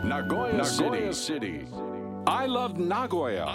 Nagoya City. I love Nagoya.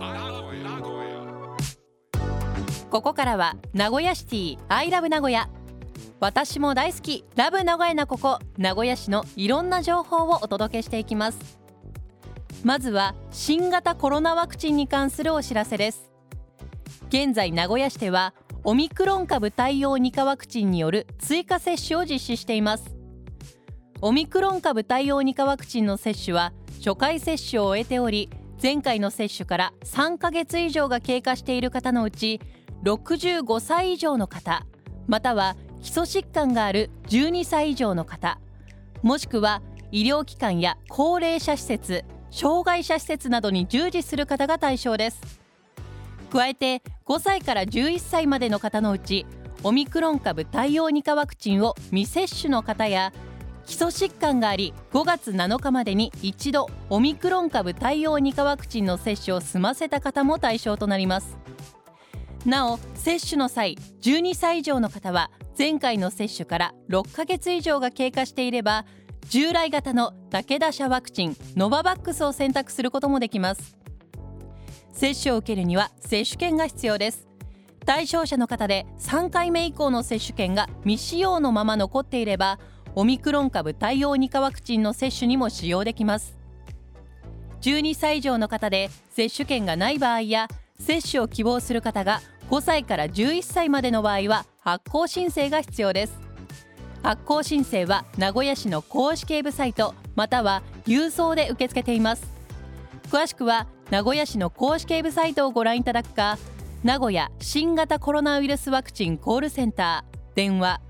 ここからは名古屋シティ I love 名古屋。私も大好きラブ名古屋なここ名古屋市のいろんな情報をお届けしていきます。まずは新型コロナワクチンに関するお知らせです。現在名古屋市ではオミクロン株対応2価ワクチンによる追加接種を実施しています。オミクロン株対応2価ワクチンの接種は初回接種を終えており、前回の接種から3ヶ月以上が経過している方のうち65歳以上の方、または基礎疾患がある12歳以上の方、もしくは医療機関や高齢者施設、障害者施設などに従事する方が対象です。加えて5歳から11歳までの方のうちオミクロン株対応2価ワクチンを未接種の方や基礎疾患があり5月7日までに一度オミクロン株対応2価ワクチンの接種を済ませた方も対象となります。なお接種の際12歳以上の方は前回の接種から6ヶ月以上が経過していれば従来型の武田社ワクチンノババックスを選択することもできます。接種を受けるには接種券が必要です。対象者の方で3回目以降の接種券が未使用のまま残っていればオミクロン株対応2価ワクチンの接種にも使用できます。12歳以上の方で接種券がない場合や接種を希望する方が5歳から11歳までの場合は発行申請が必要です。発行申請は名古屋市の公式ウェブサイトまたは郵送で受け付けています。詳しくは名古屋市の公式ウェブサイトをご覧いただくか、名古屋新型コロナウイルスワクチンコールセンター電話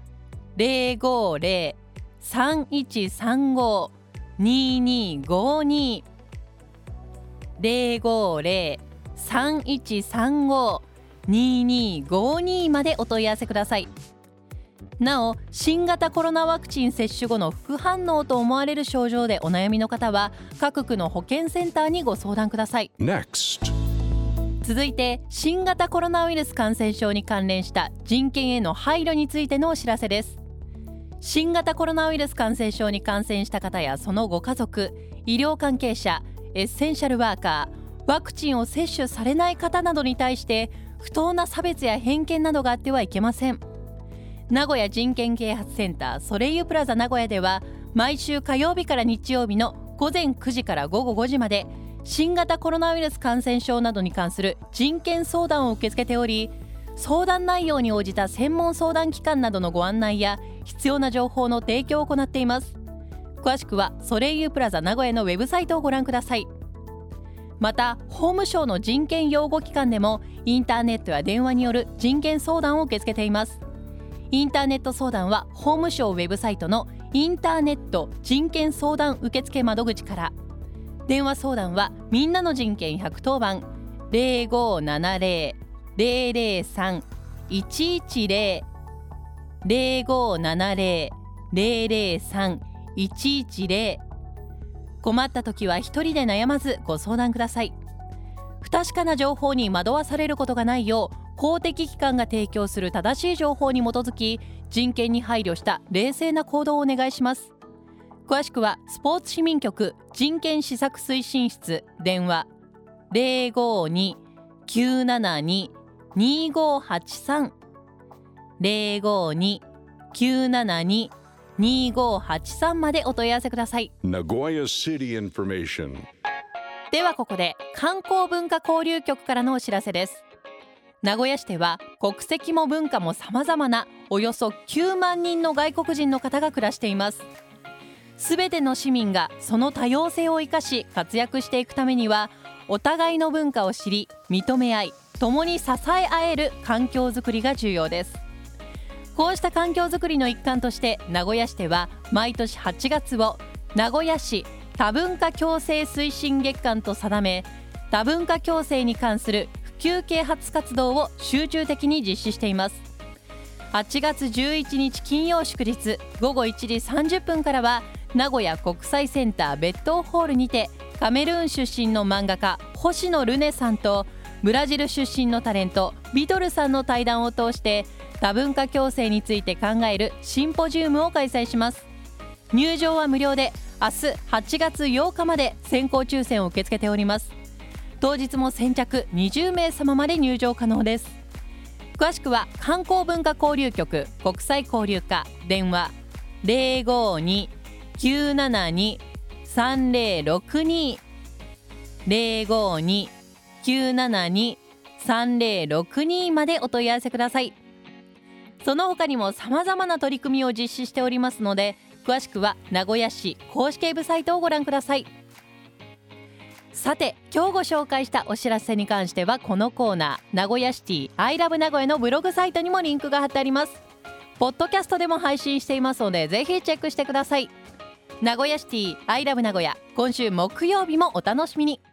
050-3135-2252 050-3135-2252までお問い合わせください。なお新型コロナワクチン接種後の副反応と思われる症状でお悩みの方は各区の保健センターにご相談ください。 Next. 続いて新型コロナウイルス感染症に関連した人権への配慮についてのお知らせです。新型コロナウイルス感染症に感染した方やそのご家族、医療関係者、エッセンシャルワーカー、ワクチンを接種されない方などに対して不当な差別や偏見などがあってはいけません。名古屋人権啓発センターソレイユプラザ名古屋では毎週火曜日から日曜日の午前9時から午後5時まで新型コロナウイルス感染症などに関する人権相談を受け付けており、相談内容に応じた専門相談機関などのご案内や必要な情報の提供を行っています。詳しくはソレイユプラザ名古屋のウェブサイトをご覧ください。また法務省の人権擁護機関でもインターネットや電話による人権相談を受け付けています。インターネット相談は法務省ウェブサイトのインターネット人権相談受付窓口から、電話相談はみんなの人権110番 0570-003-110 0570-003-110。 困った時は一人で悩まずご相談ください。不確かな情報に惑わされることがないよう公的機関が提供する正しい情報に基づき人権に配慮した冷静な行動をお願いします。詳しくはスポーツ市民局人権施策推進室電話 052-972-2583 052-972-2583 までお問い合わせください。 Nagoya City Information. ではここで観光文化交流局からのお知らせです。名古屋市では国籍も文化も様々なおよそ9万人の外国人の方が暮らしています。すべての市民がその多様性を生かし活躍していくためにはお互いの文化を知り認め合い共に支え合える環境づくりが重要です。こうした環境づくりの一環として名古屋市では毎年8月を名古屋市多文化共生推進月間と定め、多文化共生に関する普及啓発活動を集中的に実施しています。8月11日金曜祝日午後1時30分からは名古屋国際センター別当ホールにてカメルーン出身の漫画家星野ルネさんとブラジル出身のタレントビトルさんの対談を通して多文化共生について考えるシンポジウムを開催します。入場は無料で明日8月8日まで先行抽選を受け付けております。当日も先着20名様まで入場可能です。詳しくは観光文化交流局国際交流課電話 052-972-3062 052-972-3062 までお問い合わせください。その他にも様々な取り組みを実施しておりますので、詳しくは名古屋市公式ウェブサイトをご覧ください。さて、今日ご紹介したお知らせに関してはこのコーナー、名古屋シティアイラブ名古屋のブログサイトにもリンクが貼ってあります。ポッドキャストでも配信していますので、ぜひチェックしてください。名古屋シティアイラブ名古屋、今週木曜日もお楽しみに。